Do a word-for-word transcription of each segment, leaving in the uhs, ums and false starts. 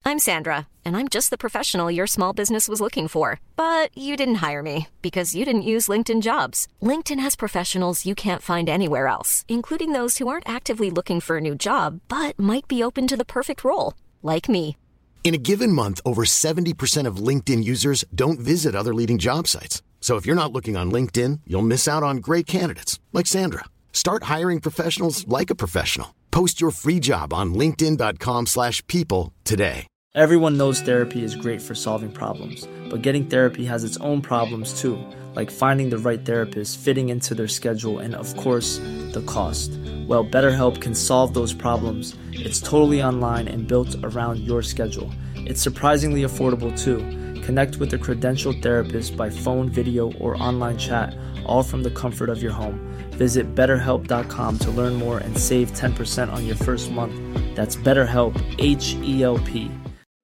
I'm Sandra, and I'm just the professional your small business was looking for. But you didn't hire me because you didn't use LinkedIn Jobs. LinkedIn has professionals you can't find anywhere else, including those who aren't actively looking for a new job, but might be open to the perfect role, like me. In a given month, over seventy percent of LinkedIn users don't visit other leading job sites. So if you're not looking on LinkedIn, you'll miss out on great candidates like Sandra. Start hiring professionals like a professional. Post your free job on linkedin.com slash people today. Everyone knows therapy is great for solving problems, but getting therapy has its own problems too, like finding the right therapist, fitting into their schedule, and of course, the cost. Well, BetterHelp can solve those problems. It's totally online and built around your schedule. It's surprisingly affordable too. Connect with a credentialed therapist by phone, video, or online chat, all from the comfort of your home. Visit better help dot com to learn more and save ten percent on your first month. That's BetterHelp, H E L P.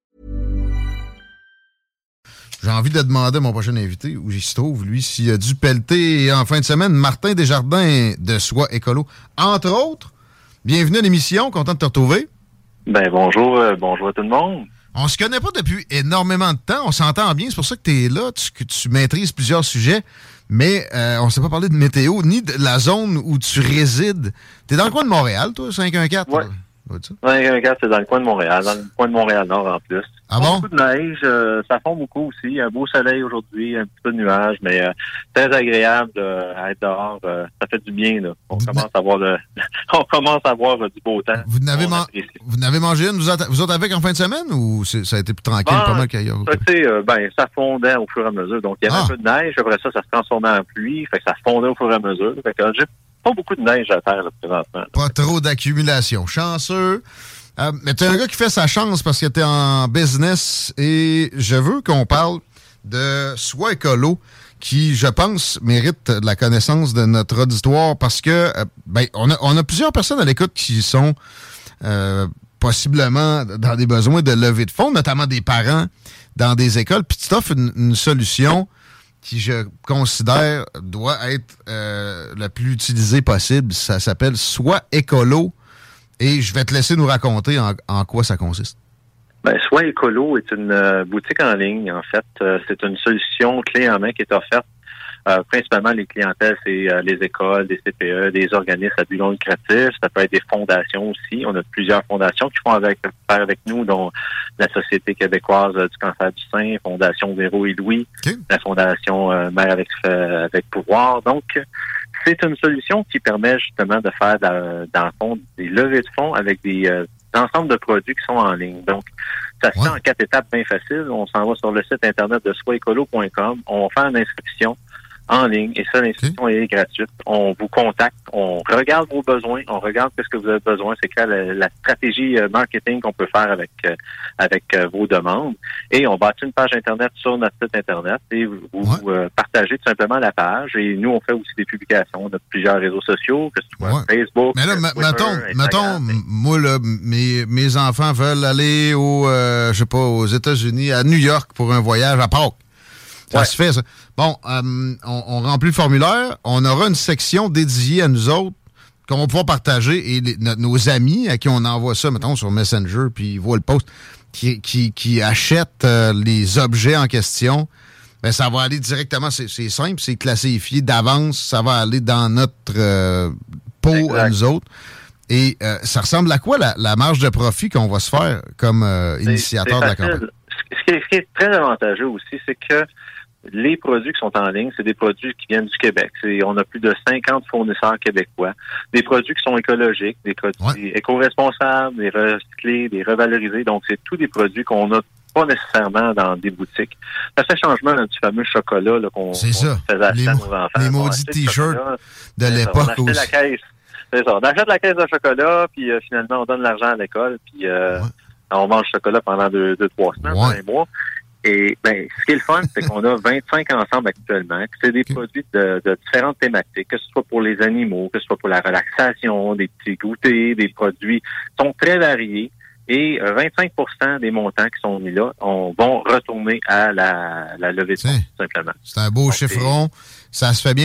J'ai envie de demander à mon prochain invité où il se trouve, lui, s'il a dû pelleter en fin de semaine Martin Desjardins de Soi Écolo. Entre autres, bienvenue à l'émission, content de te retrouver. Ben bonjour, euh, bonjour à tout le monde. On se connaît pas depuis énormément de temps, on s'entend bien, c'est pour ça que tu es là, tu, que tu maîtrises plusieurs sujets, mais euh, on s'est pas parlé de météo, ni de la zone où tu résides. T'es dans le coin de Montréal, toi, cinq un quatre? Ouais. cinq un quatre, c'est dans le coin de Montréal, dans le coin de Montréal-Nord en plus. Ah bon? Beaucoup de neige, euh, ça fond beaucoup aussi, un beau soleil aujourd'hui, un petit peu de nuages, mais euh, très agréable euh, à être dehors, euh, ça fait du bien, là. On commence à avoir le, on commence à avoir euh, du beau temps. Vous n'avez, man- vous n'avez mangé une, vous, autres, vous autres avec en fin de semaine, ou c'est, ça a été plus tranquille, ben, pas mal qu'ailleurs? Ça, euh, ben, ça fondait au fur et à mesure, donc il y avait ah. un peu de neige, après ça, ça se transformait en pluie, fait que ça fondait au fur et à mesure, fait que j'ai pas beaucoup de neige à terre, là, présentement. Pas trop d'accumulation. Chanceux. Euh, mais t'es un gars qui fait sa chance parce que t'es en business et je veux qu'on parle de Soi Écolo qui, je pense, mérite de la connaissance de notre auditoire parce que euh, ben, on a, on a plusieurs personnes à l'écoute qui sont euh, possiblement dans des besoins de levée de fonds, notamment des parents dans des écoles. Puis tu t'offres une, une solution qui, je considère, doit être euh, la plus utilisée possible. Ça s'appelle Soi Écolo. Et je vais te laisser nous raconter en, en quoi ça consiste. Ben, Soi Écolo est une euh, boutique en ligne, en fait. Euh, c'est une solution clé en main qui est offerte. Euh, principalement, les clientèles, c'est euh, les écoles, des C P E, des organismes à but non lucratif. Ça peut être des fondations aussi. On a plusieurs fondations qui font avec, faire avec nous, dont la Société québécoise du cancer du sein, Fondation Véro et Louis, okay. la Fondation euh, Mère avec, euh, avec pouvoir. Donc, c'est une solution qui permet justement de faire, dans, dans le fond, des levées de fonds avec des euh, ensembles de produits qui sont en ligne. Donc, ça se ouais. fait en quatre étapes bien faciles. On s'en va sur le site internet de soi écolo point com. On fait une inscription en ligne et ça, l'inscription okay. est gratuite. On vous contacte, on regarde vos besoins, on regarde ce que vous avez besoin. C'est quoi la, la stratégie marketing qu'on peut faire avec euh, avec euh, vos demandes. Et on bâtit une page Internet sur notre site Internet et vous, ouais. vous euh, partagez tout simplement la page. Et nous, on fait aussi des publications. On a plusieurs réseaux sociaux, que ce soit ouais. Facebook, mais là, Twitter, mettons, mettons, mais... moi, là, mes, mes enfants veulent aller au, euh, je sais pas, aux États-Unis, à New York pour un voyage à Pâques. Ça ouais. se fait, ça. Bon, euh, on, on remplit le formulaire. On aura une section dédiée à nous autres qu'on va pouvoir partager et les, no, nos amis à qui on envoie ça, mettons, sur Messenger, puis ils voient le post, qui, qui, qui achètent euh, les objets en question, ben ça va aller directement, c'est, c'est simple, c'est classifié d'avance, ça va aller dans notre euh, pot exact. À nous autres. Et euh, ça ressemble à quoi la, la marge de profit qu'on va se faire comme euh, initiateur c'est, c'est de la campagne? Ce qui, est, ce qui est très avantageux aussi, c'est que les produits qui sont en ligne, c'est des produits qui viennent du Québec. C'est, on a plus de cinquante fournisseurs québécois. Des produits qui sont écologiques, des produits ouais. éco-responsables, des recyclés, des revalorisés. Donc, c'est tous des produits qu'on n'a pas nécessairement dans des boutiques. Ça fait changement là, du fameux chocolat là, qu'on, c'est ça. qu'on faisait acheter les, à nos enfants. Les maudits t-shirts de l'époque on aussi. La caisse. C'est ça. On achète la caisse de chocolat, puis euh, finalement, on donne l'argent à l'école, puis euh, ouais. on mange le chocolat pendant deux, deux trois semaines, ouais. un mois. Et ben, ce qui est le fun, c'est qu'on a vingt-cinq ensembles actuellement. C'est des okay. produits de, de différentes thématiques, que ce soit pour les animaux, que ce soit pour la relaxation, des petits goûters, des produits qui sont très variés. Et vingt-cinq pour cent des montants qui sont mis là on, vont retourner à la, la levée de fonds, tout simplement. C'est un beau Donc, chiffron. C'est... Ça se fait bien.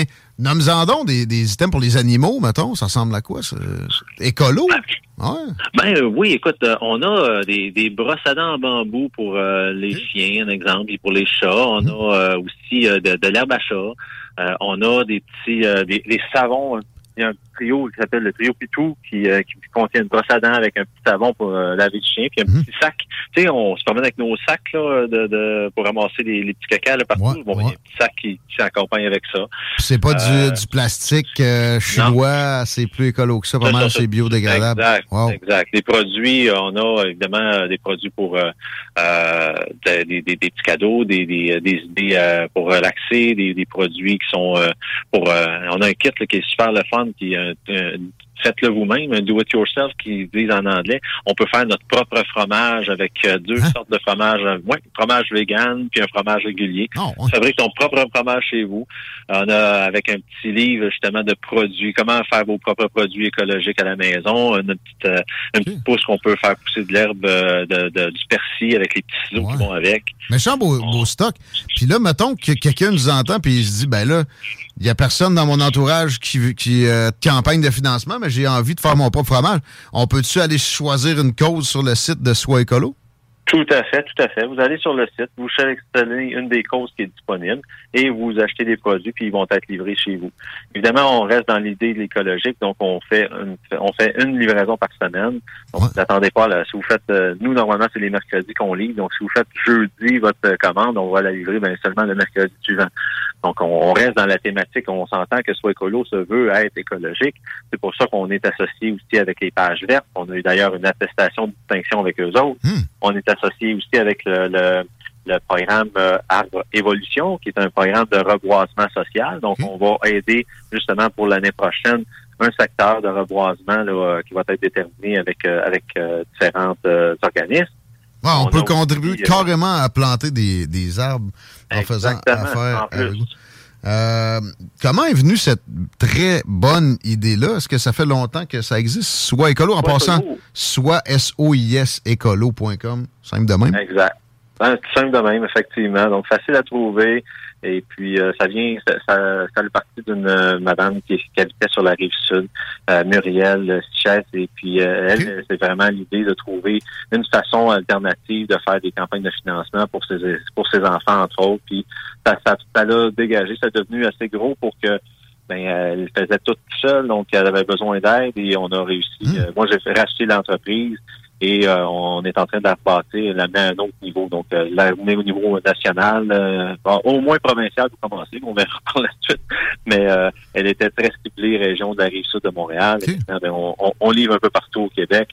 Nomme-en donc des, des items pour les animaux, mettons. Ça ressemble à quoi, ça? Écolo? Ben, ouais. ben euh, oui, écoute, euh, on a euh, des, des brosses à dents en bambou pour euh, les chiens, un exemple, et pour les chats. On mmh. a euh, aussi euh, de, de l'herbe à chat. Euh, on a des petits euh, des, des savons. Il y a un trio qui s'appelle le trio Pitou qui, euh, qui contient une brosse à dents avec un petit savon pour euh, laver le chien, puis un mmh. petit sac. Tu sais, on se promène avec nos sacs là, de, de pour ramasser les, les petits cacas là, partout. Ouais, bon, ouais. Il y a un petit sac qui, qui s'accompagne avec ça. C'est pas euh, du, du plastique euh, chinois, non. C'est plus écolo que ça, pas mal, c'est biodégradable. Exact, wow. exact. Les produits, on a évidemment des produits pour euh, euh, des, des, des petits cadeaux, des des, des idées euh, pour relaxer, des, des produits qui sont euh, pour... Euh, on a un kit là, qui est super le fun, qui est un, un faites-le vous-même, un do-it-yourself qu'ils disent en anglais. On peut faire notre propre fromage avec euh, deux hein? sortes de fromage. Oui, fromage vegan puis un fromage régulier. Oh, ouais. Fabrique ton propre fromage chez vous. On a avec un petit livre justement de produits, comment faire vos propres produits écologiques à la maison. Une petite, euh, une okay. petite pousse qu'on peut faire pousser de l'herbe, euh, de, de, du persil avec les petits ciseaux ouais. qui vont avec. Méchant beau, oh. beau stock. Puis là, mettons que quelqu'un nous entend puis il se dit, ben là, il y a personne dans mon entourage qui, qui euh, campagne de financement, mais j'ai envie de faire mon propre fromage. On peut-tu aller choisir une cause sur le site de Soi Écolo? Tout à fait, tout à fait. Vous allez sur le site, vous sélectionnez une des causes qui est disponible et vous achetez des produits puis ils vont être livrés chez vous. Évidemment, on reste dans l'idée de l'écologique, donc on fait une, on fait une livraison par semaine. Donc, ouais. Vous n'attendez pas là. Si vous faites, euh, nous normalement c'est les mercredis qu'on livre. Donc, si vous faites jeudi votre commande, on va la livrer ben, seulement le mercredi suivant. Donc, on, on reste dans la thématique. On s'entend que Soi Écolo se veut être écologique. C'est pour ça qu'on est associé aussi avec les pages vertes. On a eu d'ailleurs une attestation de distinction avec eux autres. Mmh. On est associé aussi avec le, le, le programme euh, Arbre Évolution, qui est un programme de reboisement social. Donc, mmh. on va aider justement pour l'année prochaine un secteur de reboisement là, qui va être déterminé avec, euh, avec euh, différents euh, organismes. Ouais, on, on peut contribuer aussi, carrément à planter des, des arbres en faisant affaire avec vous. Euh, comment est venue cette très bonne idée-là? Est-ce que ça fait longtemps que ça existe? Soit Écolo, en soit passant, écolo. Soit S O I S écolo point com. Simple de même? Exact. Simple de même, effectivement. Donc, facile à trouver. Et puis, euh, ça vient, ça, ça, ça a parti d'une euh, madame qui, qui habitait sur la rive sud, euh, Muriel Sichès. Et puis, euh, elle, okay. c'est vraiment l'idée de trouver une façon alternative de faire des campagnes de financement pour ses, pour ses enfants, entre autres. Puis, ça, ça, ça l'a dégagé. Ça est devenu assez gros pour que, ben, elle faisait tout seule. Donc, elle avait besoin d'aide et on a réussi. Mmh. Euh, moi, j'ai fait racheter l'entreprise. Et euh, on est en train de la rebâtir, la mettre à un autre niveau. Donc, euh, la met au niveau national, euh, bon, au moins provincial pour commencer, on verra par la suite. Mais euh, elle était très ciblée région de la Rive-Sud de Montréal. Okay. Et, on, on, on livre un peu partout au Québec.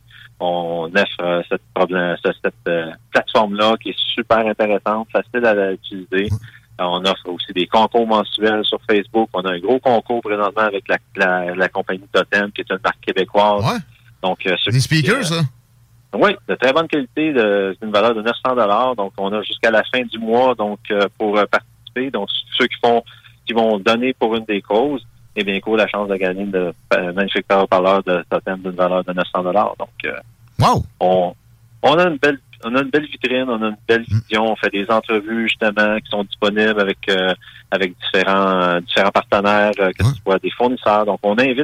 On offre euh, cette, problème, cette, cette euh, plateforme-là qui est super intéressante, facile à utiliser. Mmh. On offre aussi des concours mensuels sur Facebook. On a un gros concours présentement avec la, la, la compagnie Totem, qui est une marque québécoise. Ouais. Donc, euh, des speakers, ça? Euh, Oui, de très bonne qualité, de, d'une valeur de neuf cents dollars. Donc, on a jusqu'à la fin du mois donc euh, pour euh, participer. Donc, ceux qui font, qui vont donner pour une des causes, eh bien, courent la chance de gagner de euh, magnifique parleur de Totem d'une valeur de neuf cents dollars. Donc, euh, wow. on, on a une belle, on a une belle vitrine, on a une belle vision. On fait des entrevues justement qui sont disponibles avec euh, avec différents euh, différents partenaires, euh, que ce soit des fournisseurs. Donc, on invite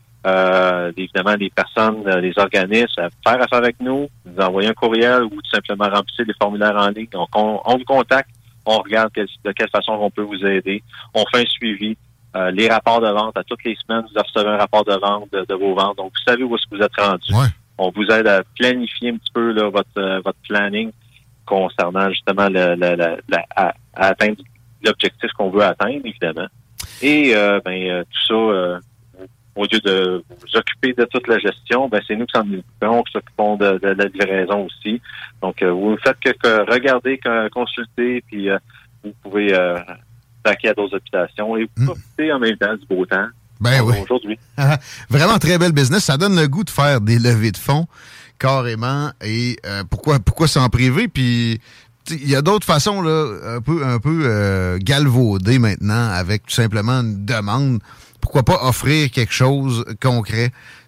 Euh, évidemment, des personnes, euh, des organismes à faire affaire avec nous, nous envoyer un courriel ou tout simplement remplir des formulaires en ligne. Donc, on, on vous contacte, on regarde quel, de quelle façon on peut vous aider. On fait un suivi. Euh, les rapports de vente, à toutes les semaines, vous recevez un rapport de vente de, de vos ventes. Donc, vous savez où est-ce que vous êtes rendu. Ouais. On vous aide à planifier un petit peu là, votre, euh, votre planning concernant justement le, le, le, la, à, à atteindre l'objectif qu'on veut atteindre, évidemment. Et euh, ben euh, tout ça... Euh, au lieu de vous occuper de toute la gestion, ben c'est nous qui s'en occupons, qui s'occupons de, de la livraison aussi. Donc, euh, vous ne faites que, que regarder, que consulter, puis euh, vous pouvez euh, vaquer à d'autres occupations et vous profiter en même temps du beau temps. Ben oui. Aujourd'hui. Vraiment très belle business. Ça donne le goût de faire des levées de fonds, carrément. Et euh, pourquoi pourquoi s'en priver? Puis il y a d'autres façons là, un peu un peu euh, galvaudées maintenant, avec tout simplement une demande. Pourquoi pas offrir quelque chose de concret?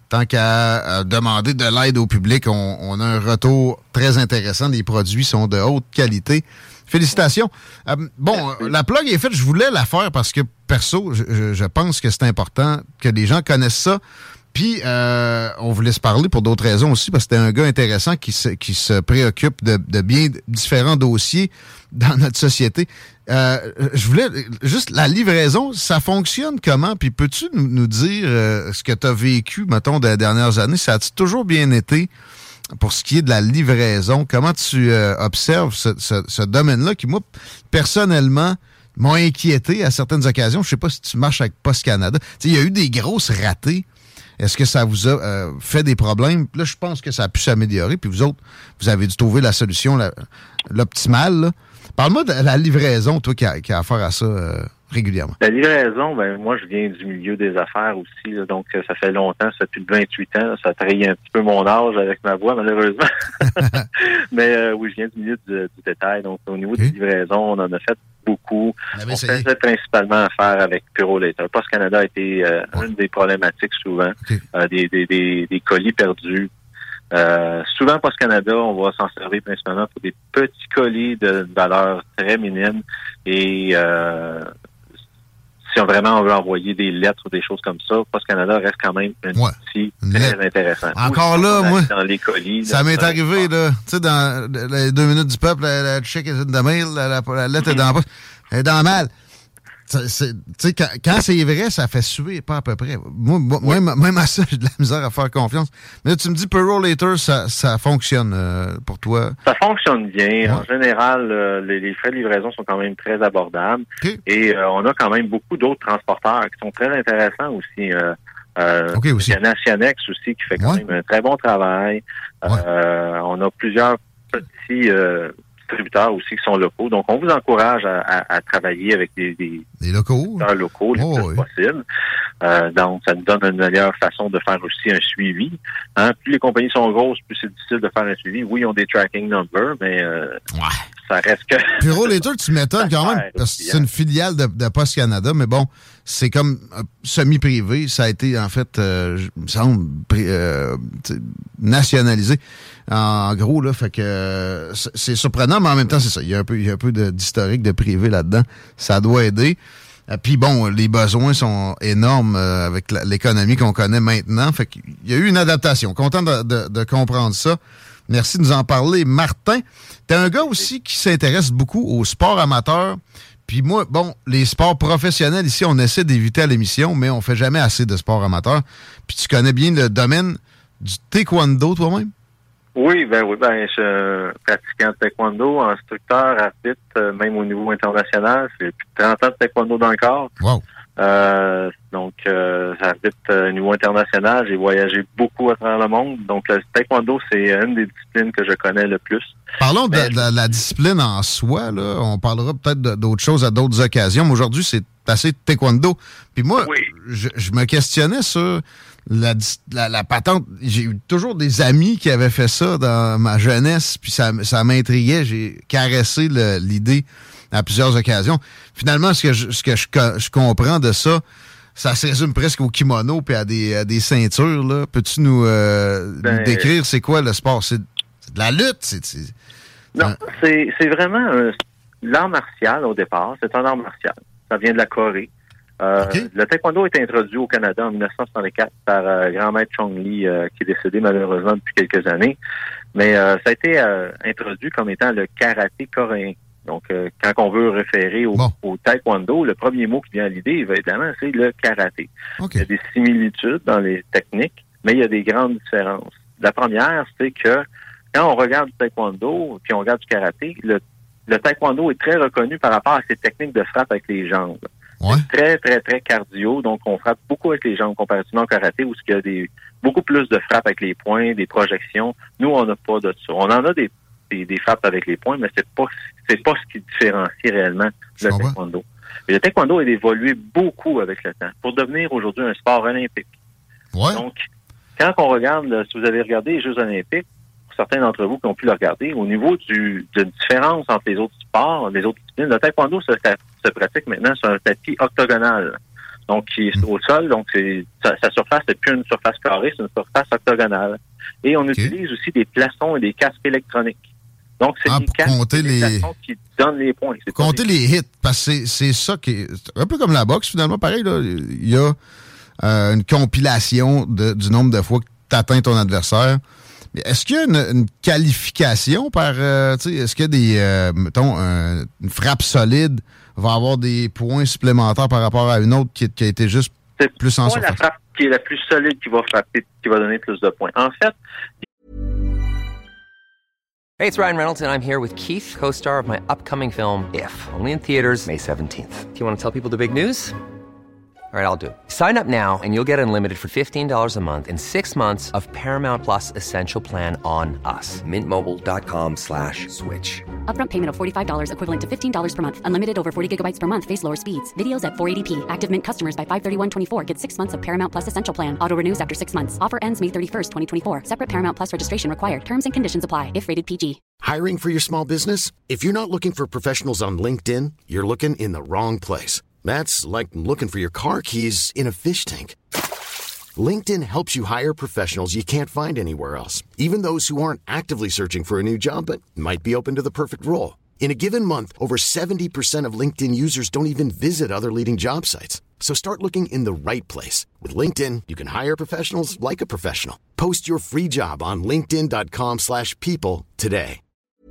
tant qu'à demander de l'aide au public, on, on a un retour très intéressant. Les produits sont de haute qualité. Félicitations. Euh, bon, la plug est faite. Je voulais la faire parce que, perso, je, je pense que c'est important que les gens connaissent ça. Puis, euh, on voulait se parler pour d'autres raisons aussi, parce que c'était un gars intéressant qui se, qui se préoccupe de, de bien différents dossiers dans notre société. Euh, je voulais juste, la livraison, ça fonctionne comment? Puis, peux-tu nous, nous dire euh, ce que tu as vécu, mettons, des dernières années? Ça a-tu toujours bien été pour ce qui est de la livraison? Comment tu euh, observes ce, ce, ce domaine-là qui, moi, personnellement, m'a inquiété à certaines occasions? Je sais pas si tu marches avec Post Canada. Il y a eu des grosses ratées. Est-ce que ça vous a euh, fait des problèmes? Là, je pense que ça a pu s'améliorer. Puis vous autres, vous avez dû trouver la solution, la, l'optimale. Là. Parle-moi de la livraison, toi, qui a, qui a affaire à ça euh, régulièrement. La livraison, ben moi, je viens du milieu des affaires aussi. Là, donc, ça fait longtemps, ça fait plus de vingt-huit ans. Là, ça trahit un petit peu mon âge avec ma voix, malheureusement. Mais euh, oui, je viens du milieu du, du détail. Donc, au niveau okay. des livraisons, on en a fait beaucoup. On faisait principalement affaire avec Purolator. Post Canada a été euh, ouais. une des problématiques souvent, okay. euh, des, des, des, des colis perdus. Euh, souvent, Post Canada, on va s'en servir principalement pour des petits colis de valeur très minime. Et euh, si on vraiment on veut envoyer des lettres ou des choses comme ça, Post Canada reste quand même un ouais. outil très lettre. intéressant. Encore Ou, là, moi, dans les colis, ça là, m'est arrivé, là, tu sais, dans les deux minutes du peuple, la, la check is in the mail, la, la, la lettre mm-hmm. est dans la poche, elle est dans le mal. Tu sais, quand, quand c'est vrai, ça fait suer, pas à peu près. Moi, moi oui. même, même à ça, j'ai de la misère à faire confiance. Mais là, tu me dis, Purolator, ça, ça fonctionne euh, pour toi? Ça fonctionne bien. Ouais. En général, euh, les, les frais de livraison sont quand même très abordables. Okay. Et euh, on a quand même beaucoup d'autres transporteurs qui sont très intéressants aussi. Euh, euh, okay, aussi. Il y a Nationex aussi qui fait quand ouais. même un très bon travail. Ouais. Euh, on a plusieurs petits... Euh, distributeurs aussi qui sont locaux. Donc, on vous encourage à, à, à travailler avec des, des, des locaux, distributeurs locaux le oh, plus oui. possible. Euh, donc, ça nous donne une meilleure façon de faire aussi un suivi. Hein? Plus les compagnies sont grosses, plus c'est difficile de faire un suivi. Oui, ils ont des tracking numbers, mais euh, ouais. ça reste que... Purolator, tu m'étonnes quand même, parce que c'est une filiale de, de Post Canada, mais bon, c'est comme euh, semi-privé. Ça a été, en fait, euh, il me semble, euh, nationalisé. En gros, là, fait que euh, c'est surprenant, mais en même temps, c'est ça. Il y a un peu, il y a un peu de, d'historique de privé là-dedans. Ça doit aider. Euh, Puis bon, les besoins sont énormes euh, avec la, l'économie qu'on connaît maintenant. Fait qu'il y a eu une adaptation. Content de, de, de comprendre ça. Merci de nous en parler. Martin, t'es un gars aussi qui s'intéresse beaucoup au sport amateur. Puis moi, bon, les sports professionnels ici, on essaie d'éviter à l'émission, mais on fait jamais assez de sport amateur. Puis tu connais bien le domaine du taekwondo toi-même? Oui, ben oui, ben je suis euh, pratiquant de taekwondo, instructeur, arbitre, euh, même au niveau international. J'ai plus de trente ans de taekwondo dans le corps. Wow. Euh, donc, euh, j'arbitre euh, au niveau international. J'ai voyagé beaucoup à travers le monde. Donc, le taekwondo, c'est une des disciplines que je connais le plus. Parlons de, de, de la discipline en soi, là. On parlera peut-être de, d'autres choses à d'autres occasions, mais aujourd'hui, c'est assez taekwondo. Puis moi, oui. je, je me questionnais sur la, la, la patente. J'ai eu toujours des amis qui avaient fait ça dans ma jeunesse, puis ça, ça m'intriguait. J'ai caressé le, l'idée à plusieurs occasions. Finalement, ce que je, ce que je, je comprends de ça, ça se résume presque au kimono puis à des, à des ceintures, là. Peux-tu nous, euh, ben, nous décrire c'est quoi le sport? C'est, c'est de la lutte? C'est, c'est, non, hein? c'est, c'est vraiment un, l'art martial au départ. C'est un art martial. Ça vient de la Corée. Euh, okay. Le taekwondo est introduit au Canada en dix-neuf cent soixante-quatre par euh, grand maître Chong Li, euh, qui est décédé malheureusement depuis quelques années. Mais euh, ça a été euh, introduit comme étant le karaté coréen. Donc, euh, quand on veut référer au, bon. au taekwondo, le premier mot qui vient à l'idée, évidemment, c'est le karaté. Okay. Il y a des similitudes dans les techniques, mais il y a des grandes différences. La première, c'est que quand on regarde du taekwondo puis on regarde du karaté, le, le taekwondo est très reconnu par rapport à ses techniques de frappe avec les jambes. Ouais. C'est très, très, très cardio. Donc, on frappe beaucoup avec les jambes comparativement au karaté où il y a des, beaucoup plus de frappes avec les poings, des projections. Nous, on n'a pas de ça. On en a des, des, des frappes avec les poings, mais c'est pas, c'est pas ce qui différencie réellement le taekwondo. Et le taekwondo a évolué beaucoup avec le temps pour devenir aujourd'hui un sport olympique. Ouais. Donc, quand on regarde, là, si vous avez regardé les Jeux olympiques, pour certains d'entre vous qui ont pu le regarder, au niveau du, de la différence entre les autres sports, les autres disciplines, le taekwondo se, se pratique maintenant sur un tapis octogonal. donc qui est au sol. Donc, c'est, sa, sa surface n'est plus une surface carrée, c'est une surface octogonale. Et on okay. utilise aussi des plastons et des casques électroniques. Donc, c'est ah, des casques et des les... plastons qui donnent les points. C'est compter les... les hits, parce que c'est, c'est ça qui est... Un peu comme la boxe, finalement, pareil, là. Il y a euh, une compilation de, du nombre de fois que tu atteins ton adversaire. Mais est-ce qu'il y a une, une qualification par... Euh, tu sais, est-ce qu'il y a des... Euh, mettons, un, une frappe solide va avoir des points supplémentaires par rapport à une autre qui, qui a été juste c'est plus en surface? C'est pas la frappe qui est la plus solide qui va frapper, qui va donner plus de points. En fait... Hey, it's Ryan Reynolds, and I'm here with Keith, co-star of my upcoming film, If, only in theaters May seventeenth. Do you want to tell people the big news? All right, I'll do it. Sign up now and you'll get unlimited for fifteen dollars a month and six months of Paramount Plus Essential Plan on us. Mint Mobile dot com slash switch. Upfront payment of forty-five dollars equivalent to fifteen dollars per month. Unlimited over forty gigabytes per month. Face lower speeds. Videos at four eighty p. Active Mint customers by five thirty-one twenty-four get six months of Paramount Plus Essential Plan. Auto renews after six months. Offer ends May thirty-first, twenty twenty-four. Separate Paramount Plus registration required. Terms and conditions apply if rated P G. Hiring for your small business? If you're not looking for professionals on LinkedIn, you're looking in the wrong place. That's like looking for your car keys in a fish tank. LinkedIn helps you hire professionals you can't find anywhere else, even those who aren't actively searching for a new job but might be open to the perfect role. In a given month, over seventy percent of LinkedIn users don't even visit other leading job sites. So start looking in the right place. With LinkedIn, you can hire professionals like a professional. Post your free job on linkedin dot com slash people today.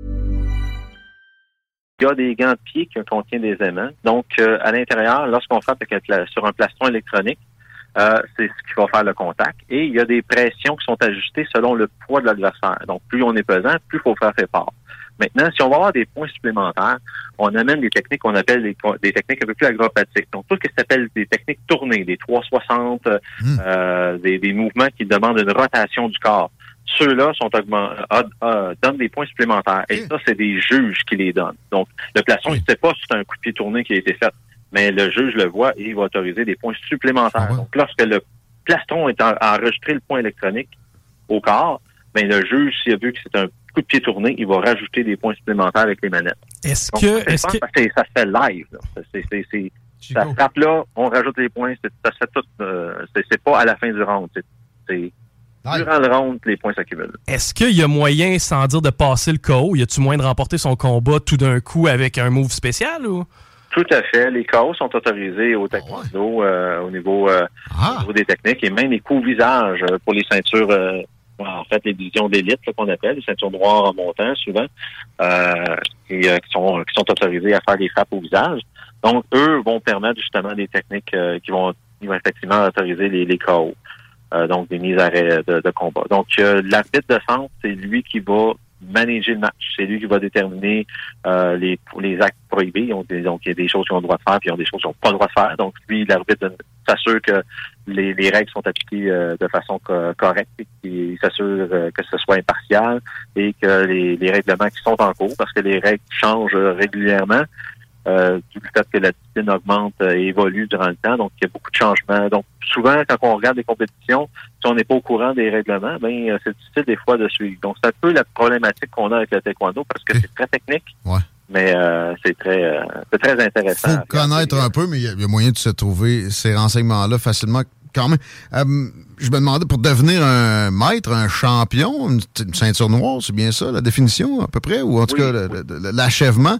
Il y a des gants de pied qui contiennent des aimants. Donc, euh, à l'intérieur, lorsqu'on frappe avec la, sur un plastron électronique, euh, c'est ce qui va faire le contact. Et il y a des pressions qui sont ajustées selon le poids de l'adversaire. Donc, plus on est pesant, plus il faut faire fort. Maintenant, si on va avoir des points supplémentaires, on amène des techniques qu'on appelle des, des techniques un peu plus acrobatiques. Donc, tout ce qui s'appelle des techniques tournées, des trois cent soixante, mmh. euh, des, des mouvements qui demandent une rotation du corps. Ceux-là sont augment, euh, euh, donnent des points supplémentaires. Et ça, c'est des juges qui les donnent. Donc, le plastron, il ne sait pas si c'est un coup de pied tourné qui a été fait. Mais le juge le voit et il va autoriser des points supplémentaires. Ah ouais. Donc, lorsque le plastron est en, enregistré le point électronique au corps, ben le juge, s'il a vu que c'est un coup de pied tourné, il va rajouter des points supplémentaires avec les manettes. Est-ce Donc, que... Est-ce que... C'est, ça se fait live. Là. C'est, c'est, c'est, ça frappe là, on rajoute les points. C'est, ça se fait tout. Euh, c'est, c'est pas à la fin du round. C'est... c'est durant le round, les points s'accumulent. Est-ce qu'il y a moyen, sans dire de passer le K O, y a-tu moyen de remporter son combat tout d'un coup avec un move spécial ou? Tout à fait. Les K O sont autorisés au taekwondo, euh, au niveau, euh, ah. au niveau des techniques et même les coups visage pour les ceintures, euh, en fait, les divisions d'élite là, qu'on appelle, les ceintures noires en montant souvent, euh, et, euh, qui sont qui sont autorisés à faire des frappes au visage. Donc, eux vont permettre justement des techniques euh, qui vont, qui vont effectivement autoriser les, les K O. Euh, donc des mises à arrêt de, de combat. Donc euh, l'arbitre de centre, c'est lui qui va manager le match. C'est lui qui va déterminer euh, les les actes prohibés. Ils ont des, donc il y a des choses qu'ils ont le droit de faire, puis il y a des choses qu'ils n'ont pas le droit de faire. Donc lui, l'arbitre s'assure que les, les règles sont appliquées euh, de façon co- correcte et qu'il s'assure euh, que ce soit impartial et que les, les règlements qui sont en cours, parce que les règles changent régulièrement. Euh, du fait que la discipline augmente et euh, évolue durant le temps, donc il y a beaucoup de changements. Donc souvent, quand on regarde des compétitions, si on n'est pas au courant des règlements, ben euh, c'est difficile des fois de suivre. Donc c'est un peu la problématique qu'on a avec le taekwondo parce que c'est très technique, ouais. mais euh, c'est très euh, c'est très intéressant. Il faut connaître un peu, mais il y, y a moyen de se trouver ces renseignements-là facilement quand même. Euh, je me demandais, pour devenir un maître, un champion, une, une ceinture noire, c'est bien ça, la définition à peu près, ou en tout oui, cas oui. Le, le, l'achèvement.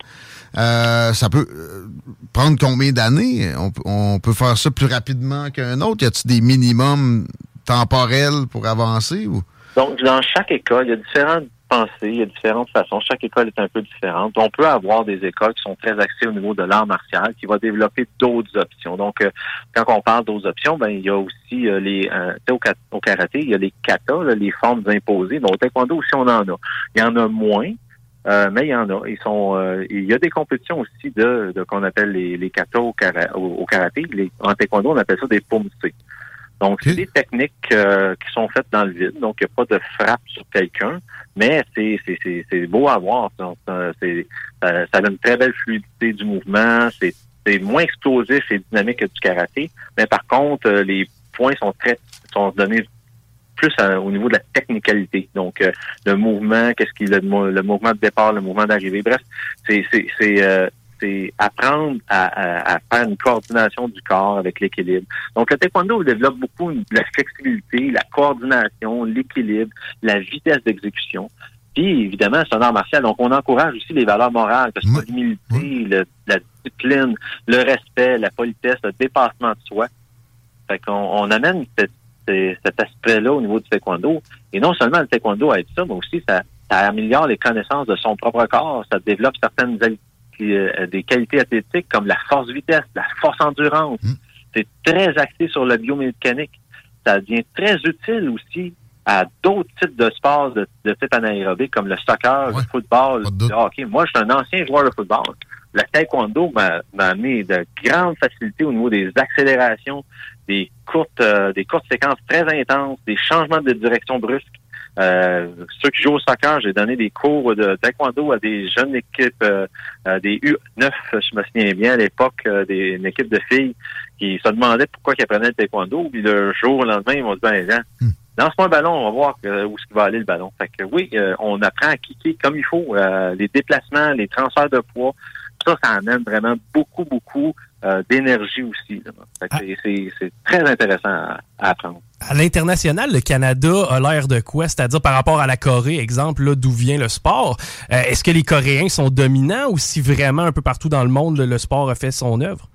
Euh, ça peut euh, prendre combien d'années? On, on peut faire ça plus rapidement qu'un autre? Y a-t-il des minimums temporels pour avancer? Ou? Donc, dans chaque école, il y a différentes pensées, il y a différentes façons. Chaque école est un peu différente. On peut avoir des écoles qui sont très axées au niveau de l'art martial, qui vont développer d'autres options. Donc, euh, quand on parle d'autres options, ben il y a aussi euh, les... Euh, au, au karaté, il y a les katas, là, les formes imposées. Donc, au taekwondo aussi, on en a. Il y en a moins. Euh, mais il y en a. Ils sont. Euh, il y a des compétitions aussi de, de qu'on appelle les, les katas au, kara, au, au karaté. Les, en taekwondo, on appelle ça des pumse. Donc, okay. C'est des techniques euh, qui sont faites dans le vide. Donc, il n'y a pas de frappe sur quelqu'un, mais c'est c'est c'est, c'est beau à voir. Donc, c'est, ça, ça a une très belle fluidité du mouvement. C'est, c'est moins explosif et dynamique que du karaté. Mais par contre, les points sont très sont donnés plus à, au niveau de la technicalité. Donc, euh, le mouvement, qu'est-ce qu'il le, le mouvement de départ, le mouvement d'arrivée. Bref, c'est c'est c'est, euh, c'est apprendre à, à, à faire une coordination du corps avec l'équilibre. Donc, le taekwondo développe beaucoup la flexibilité, la coordination, l'équilibre, la vitesse d'exécution. Puis, évidemment, c'est un art martial. Donc, on encourage aussi les valeurs morales, que ce soit l'humilité, le, la discipline, le respect, la politesse, le dépassement de soi. Fait qu'on on amène cette, cet aspect-là au niveau du taekwondo. Et non seulement le taekwondo aide ça, mais aussi ça, ça améliore les connaissances de son propre corps. Ça développe certaines euh, des qualités athlétiques comme la force vitesse, la force endurance. Mmh. C'est très axé sur le biomécanique. Ça devient très utile aussi à d'autres types de sports de, de type anaérobique comme le soccer, ouais. le football, le hockey. Moi, je suis un ancien joueur de football. Le taekwondo m'a, m'a amené de grandes facilités au niveau des accélérations, des courtes euh, des courtes séquences très intenses, des changements de direction brusques. Euh, ceux qui jouent au soccer, j'ai donné des cours de taekwondo à des jeunes équipes, euh, des U neuf, je me souviens bien à l'époque, euh, des, une équipe de filles qui se demandaient pourquoi ils apprenaient le taekwondo. Puis le jour au lendemain, ils m'ont dit, ben, là, hmm. lance-moi un ballon, on va voir que, où est-ce qu'il va aller le ballon. Fait que oui, euh, on apprend à kicker comme il faut, euh, les déplacements, les transferts de poids. Ça, ça amène vraiment beaucoup, beaucoup euh, d'énergie aussi. Là. Fait que ah. c'est, c'est, c'est très intéressant à, à apprendre. À l'international, le Canada a l'air de quoi? C'est-à-dire par rapport à la Corée, exemple, là, d'où vient le sport. Euh, est-ce que les Coréens sont dominants ou si vraiment un peu partout dans le monde, le, le sport a fait son œuvre?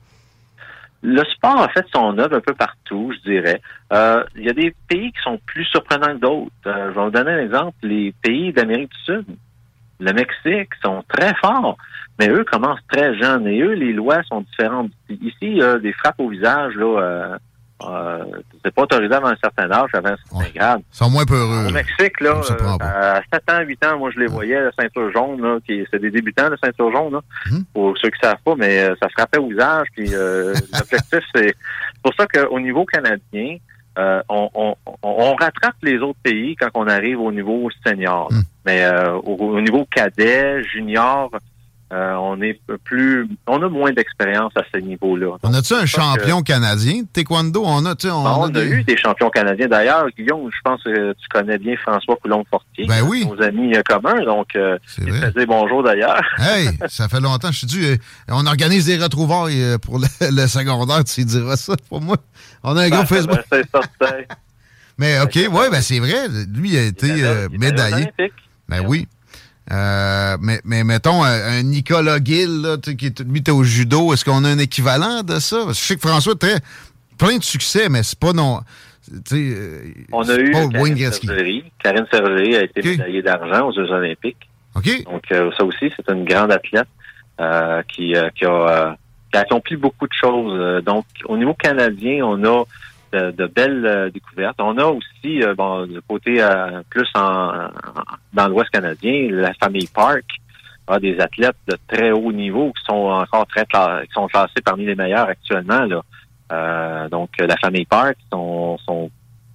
Le sport a fait son œuvre un peu partout, je dirais. Euh, il y a des pays qui sont plus surprenants que d'autres. Euh, je vais vous donner un exemple. Les pays d'Amérique du Sud, le Mexique, sont très forts, mais eux commencent très jeunes et eux, les lois sont différentes. Ici, il y a des frappes au visage, là, euh, euh, c'est pas autorisé avant un certain âge, avant un certain ouais. grade. Ils sont moins peureux. Au Mexique, là, euh, à sept ans, huit ans, moi, je les voyais, la ceinture jaune, là, qui, c'est des débutants, la ceinture jaune, là, mm-hmm. pour ceux qui savent pas, mais euh, ça frappait au visage, puis euh, l'objectif, c'est pour ça qu'au niveau canadien, euh, on, on, on rattrape les autres pays quand on arrive au niveau senior. Mm. Mais euh, au, au niveau cadet, junior, euh, on est plus, on a moins d'expérience à ce niveau-là. On a-tu un champion que, canadien de taekwondo? On a, tu sais, on, on a, a des... eu des champions canadiens. D'ailleurs, Guillaume, je pense que tu connais bien François Coulombe-Fortier. Ben oui. Nos amis communs, donc euh, il te faisait bonjour d'ailleurs. Hey, ça fait longtemps, je suis dû. Euh, on organise des retrouvailles pour le, le secondaire, tu diras ça pour moi. On a un ben, groupe Facebook. Ben, c'est certain. Mais OK, oui, ben c'est vrai. Lui, il a été il euh, il médaillé. Ben oui. oui. Euh, mais, mais mettons, un, un Nicolas Gill, là, qui est, lui, t'es au judo, est-ce qu'on a un équivalent de ça? Parce que je sais que François a très, plein de succès, mais c'est pas non... Euh, on a eu Karine Sergerie. Karine Sergerie a été okay. médaillée d'argent aux Jeux olympiques. Okay. Donc, euh, ça aussi, c'est une grande athlète euh, qui, euh, qui, a, euh, qui a accompli beaucoup de choses. Donc, au niveau canadien, on a de, de belles euh, découvertes. On a aussi, euh, bon, du côté euh, plus en, en dans l'Ouest canadien, la famille Park a des athlètes de très haut niveau qui sont encore très qui sont classés parmi les meilleurs actuellement. Là. Euh, donc, la famille Park sont, sont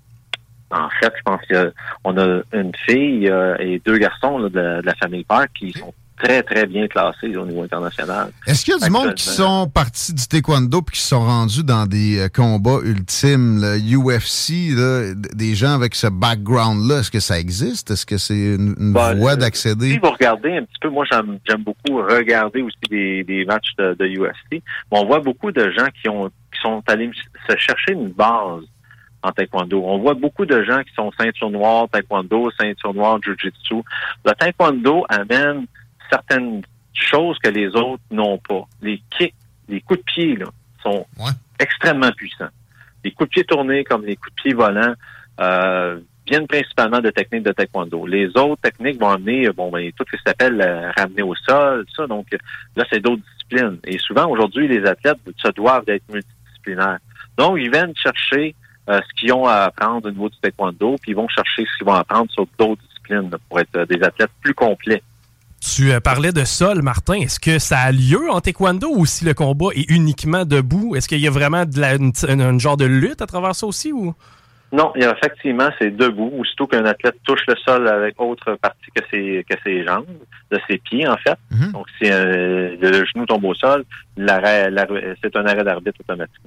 en fait, je pense qu'on a une fille euh, et deux garçons là, de, de la famille Park qui sont très, très bien classés au niveau international. Est-ce qu'il y a du monde qui sont partis du taekwondo puis qui se sont rendus dans des euh, combats ultimes, le U F C, là, des gens avec ce background-là? Est-ce que ça existe? Est-ce que c'est une, une ben, voie d'accéder? Si vous regardez un petit peu, moi, j'aime, j'aime beaucoup regarder aussi des, des matchs de, de U F C. On voit beaucoup de gens qui ont qui sont allés se chercher une base en taekwondo. On voit beaucoup de gens qui sont ceinture noire taekwondo, ceinture noire jiu-jitsu. Le taekwondo amène certaines choses que les autres n'ont pas. Les kicks, les coups de pied là, sont ouais. extrêmement puissants. Les coups de pied tournés comme les coups de pied volants euh, viennent principalement de techniques de taekwondo. Les autres techniques vont amener, bon, ben, tout ce qui s'appelle euh, ramener au sol, ça. Donc là, c'est d'autres disciplines. Et souvent, aujourd'hui, les athlètes se doivent d'être multidisciplinaires. Donc, ils viennent chercher euh, ce qu'ils ont à apprendre au niveau du taekwondo, puis ils vont chercher ce qu'ils vont apprendre sur d'autres disciplines là, pour être euh, des athlètes plus complets. Tu euh, parlais de sol, Martin. Est-ce que ça a lieu en taekwondo ou si le combat est uniquement debout? Est-ce qu'il y a vraiment de la, une, une, une genre de lutte à travers ça aussi? Ou? Non, il y a effectivement, c'est debout. Aussitôt qu'un athlète touche le sol avec autre partie que ses, que ses jambes, de ses pieds, en fait. Mm-hmm. Donc, si euh, le genou tombe au sol, l'arrêt, l'arrêt, c'est un arrêt d'arbitre automatiquement.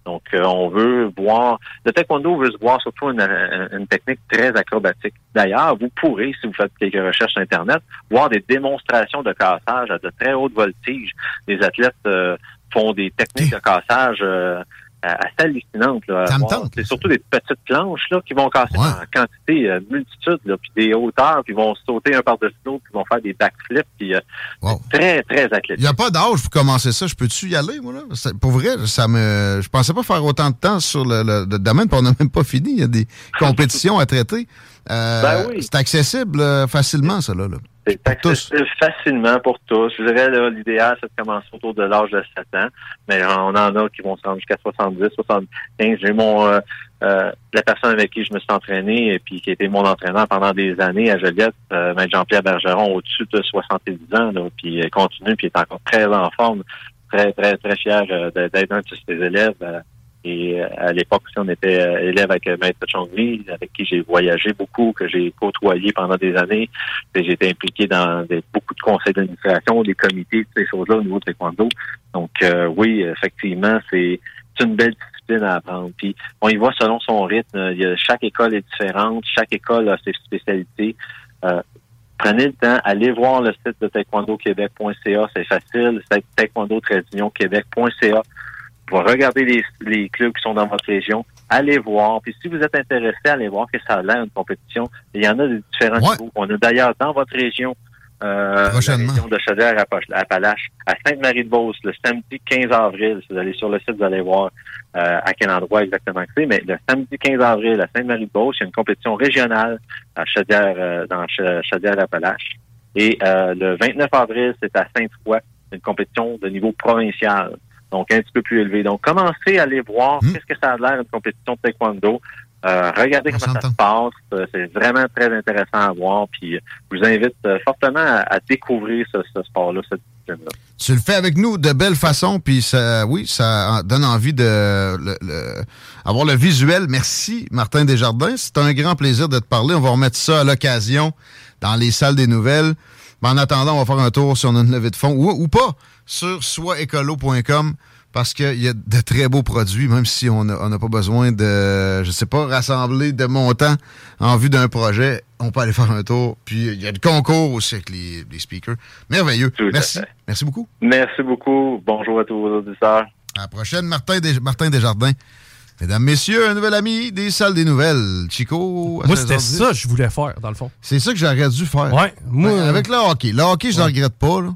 Donc, euh, on veut voir... Le taekwondo veut se voir surtout une, une technique très acrobatique. D'ailleurs, vous pourrez, si vous faites quelques recherches sur Internet, voir des démonstrations de cassage à de très hautes voltiges. Les athlètes euh, font des techniques de cassage euh, assez hallucinantes. Là, c'est surtout des petites planches là qui vont casser ouais. en quantité, euh, multitude, là, puis des hauteurs, puis vont sauter un par-dessus l'autre, puis vont faire des backflips, puis euh, wow. très, très athlétique. Il n'y a pas d'âge pour commencer ça. Je peux-tu y aller, moi, là? C'est, pour vrai, ça me, je pensais pas faire autant de temps sur le, le, le domaine, puis on n'a même pas fini. Il y a des compétitions à traiter. Euh, ben oui. C'est accessible euh, facilement, ça, là. là. C'est accessible facilement pour tous. Je dirais, là, l'idéal, c'est de commencer autour de l'âge de sept ans. Mais on en a qui vont se rendre jusqu'à soixante-dix, soixante-quinze. J'ai mon, euh, euh, la personne avec qui je me suis entraîné et puis qui a été mon entraîneur pendant des années à Joliette, euh, Maître Jean-Pierre Bergeron, au-dessus de soixante-dix ans, là, puis il continue, puis il est encore très en forme. Très, très, très fier euh, d'être un de ses élèves. Euh, Et à l'époque aussi, on était élève avec Maître Chongli, avec qui j'ai voyagé beaucoup, que j'ai côtoyé pendant des années. Et j'ai été impliqué dans des, beaucoup de conseils d'administration, des comités, toutes ces choses-là au niveau de taekwondo. Donc euh, oui, effectivement, c'est, c'est une belle discipline à apprendre. Puis on y va selon son rythme. Il y a, chaque école est différente, chaque école a ses spécialités. Euh, Prenez le temps, allez voir le site de taekwondo québec point c a, c'est facile, c'est taekwondo tiret union québec point c a. Vous regardez les, les clubs qui sont dans votre région, allez voir. Puis si vous êtes intéressé, allez voir que ça a l'air une compétition. Il y en a de différents ouais. niveaux. On a d'ailleurs dans votre région, euh, la région de Chaudière-Appalaches, à Sainte-Marie-de-Beauce, le samedi quinze avril. Si vous allez sur le site, vous allez voir euh, à quel endroit exactement que c'est. Mais le samedi quinze avril, à Sainte-Marie-de-Beauce, il y a une compétition régionale à Chaudière, euh, dans Chaudière-Appalaches. Et euh, le vingt-neuf avril, c'est à Sainte-Foy, une compétition de niveau provincial. Donc, un petit peu plus élevé. Donc, commencez à aller voir mmh. qu'est-ce que ça a l'air une compétition de taekwondo. Euh, regardez On comment s'entend. ça se passe. C'est vraiment très intéressant à voir. Puis, je vous invite fortement à, à découvrir ce, ce sport-là, cette discipline-là. Tu le fais avec nous de belle façon. Puis, ça, oui, ça donne envie de le, le, avoir le visuel. Merci, Martin Desjardins. C'est un grand plaisir de te parler. On va remettre ça à l'occasion dans les salles des nouvelles. Mais en attendant, on va faire un tour sur notre levée de fonds ou, ou pas sur soi écolo point com parce qu'il y a de très beaux produits, même si on n'a on a pas besoin de, je sais pas, rassembler de montants en vue d'un projet. On peut aller faire un tour. Puis il y a le concours aussi avec les, les speakers. Merveilleux. Tout Merci. Merci beaucoup. Merci beaucoup. Bonjour à tous vos auditeurs. À la prochaine, Martin, Des- Martin Desjardins. Mesdames, messieurs, un nouvel ami des salles des nouvelles. Chico, à moi, c'était ça que je voulais faire, dans le fond. C'est ça que j'aurais dû faire. Ouais, moi... Ouais, avec le hockey. Le hockey, je ne ouais. regrette pas, là.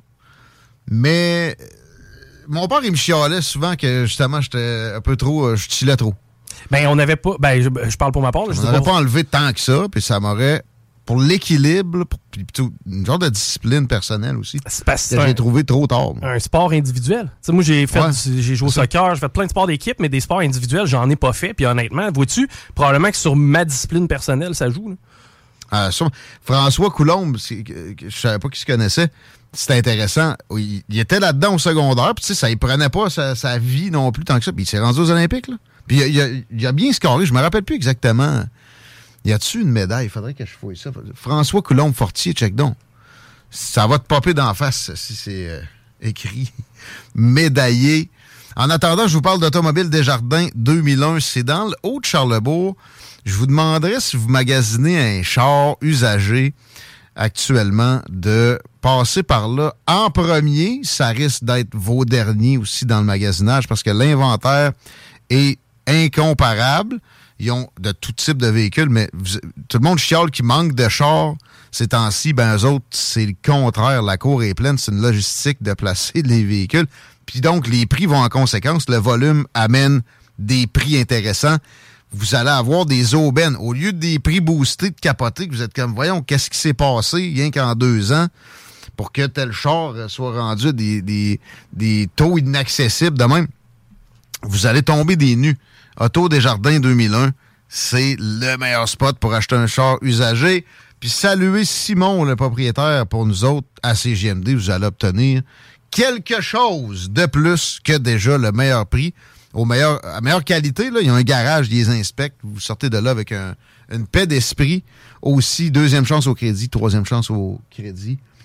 Mais mon père, il me chialait souvent que, justement, j'étais un peu trop... Je chillais trop. Ben, on n'avait pas... Ben, je, je parle pour ma part. Là, on n'avait pas enlevé tant que ça, puis ça m'aurait... Pour l'équilibre, pour plutôt une genre de discipline personnelle aussi. C'est parce que j'ai un, trouvé trop tard. Moi. Un sport individuel. T'sais, moi, j'ai fait, ouais, j'ai joué au soccer, j'ai fait plein de sports d'équipe, mais des sports individuels, j'en ai pas fait. Puis honnêtement, vois-tu, probablement que sur ma discipline personnelle, ça joue. Là. Ah, ça, François Coulombe, c'est, je savais pas qui se connaissait. C'était intéressant. Il, il était là-dedans au secondaire, puis tu sais, ça il prenait pas sa, sa vie non plus tant que ça. Puis il s'est rendu aux Olympiques, là. Puis il a, il a bien scoré. Je me rappelle plus exactement. Y a-tu une médaille? Il faudrait que je fouille ça. François Coulombe-Fortier, check donc. Ça va te popper d'en face si c'est euh, écrit. Médaillé. En attendant, je vous parle d'Automobile Desjardins deux mille un. C'est dans le Haut-de-Charlebourg. Je vous demanderais si vous magasinez un char usagé actuellement de passer par là en premier. Ça risque d'être vos derniers aussi dans le magasinage parce que l'inventaire est incomparable. Ils ont de tout type de véhicules, mais vous, tout le monde chiale qu'il manque de chars ces temps-ci. Ben, eux autres, c'est le contraire. La cour est pleine. C'est une logistique de placer les véhicules. Puis donc, les prix vont en conséquence. Le volume amène des prix intéressants. Vous allez avoir des aubaines. Au lieu des prix boostés, de capoter, que vous êtes comme, voyons, qu'est-ce qui s'est passé rien qu'en deux ans pour que tel char soit rendu à des, des, des taux inaccessibles de même. Vous allez tomber des nues. Auto Desjardins deux mille un, c'est le meilleur spot pour acheter un char usagé. Puis saluer Simon, le propriétaire, pour nous autres, à C G M D, vous allez obtenir quelque chose de plus que déjà le meilleur prix. Au meilleur, à meilleure qualité, là, il y a un garage, ils les inspectent. Vous sortez de là avec un, une paix d'esprit. Aussi, deuxième chance au crédit, troisième chance au crédit.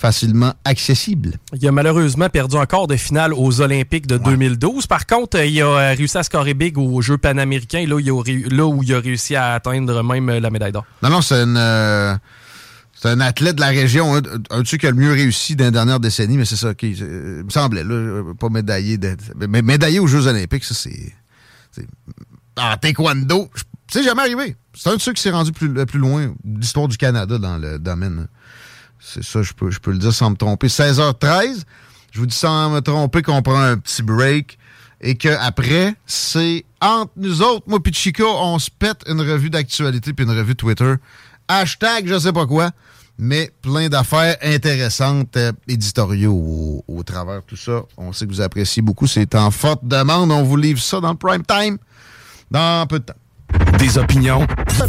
facilement accessible. Il a malheureusement perdu un quart de finale aux Olympiques de ouais. deux mille douze. Par contre, il a réussi à scorer big aux Jeux panaméricains, là, il a, là où il a réussi à atteindre même la médaille d'or. Non, non, c'est une... Euh... C'est un athlète de la région, un, un de ceux qui a le mieux réussi dans les dernières décennies, mais c'est ça, OK. Il me semblait, là, pas médaillé. De, mais médaillé aux Jeux olympiques, ça, c'est... c'est en taekwondo, c'est jamais arrivé. C'est un de ceux qui s'est rendu plus, le plus loin de l'histoire du Canada dans le domaine. C'est ça, je peux, je peux le dire sans me tromper. seize heures treize, je vous dis sans me tromper qu'on prend un petit break et qu'après, c'est entre nous autres, moi puis Chico, on se pète une revue d'actualité puis une revue Twitter. Hashtag je sais pas quoi. Mais plein d'affaires intéressantes, euh, éditoriaux au, au travers de tout ça. On sait que vous appréciez beaucoup. C'est en forte demande. On vous livre ça dans le prime time dans peu de temps. Des opinions.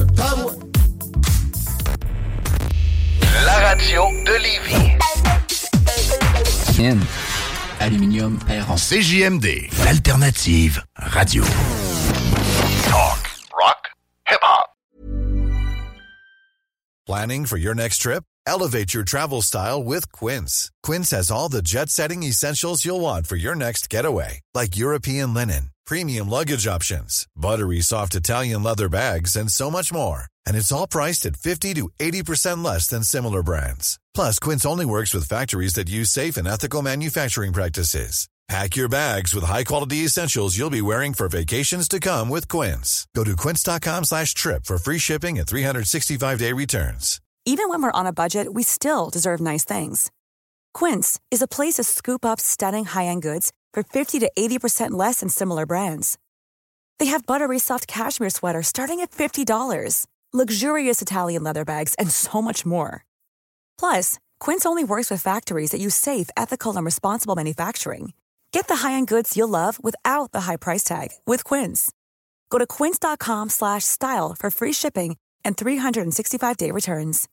La radio de Lévis. Ken. Aluminium Perron. C J M D. L'alternative radio. Talk. Rock. Hip-hop. Planning for your next trip? Elevate your travel style with Quince. Quince has all the jet-setting essentials you'll want for your next getaway, like European linen, premium luggage options, buttery soft Italian leather bags, and so much more. And it's all priced at fifty to eighty percent less than similar brands. Plus, Quince only works with factories that use safe and ethical manufacturing practices. Pack your bags with high-quality essentials you'll be wearing for vacations to come with Quince. Go to quince.com slash trip for free shipping and three sixty-five day returns. Even when we're on a budget, we still deserve nice things. Quince is a place to scoop up stunning high-end goods for fifty to eighty percent less than similar brands. They have buttery soft cashmere sweaters starting at fifty dollars, luxurious Italian leather bags, and so much more. Plus, Quince only works with factories that use safe, ethical, and responsible manufacturing. Get the high-end goods you'll love without the high price tag with Quince. Go to quince.com slash style for free shipping and three sixty-five day returns.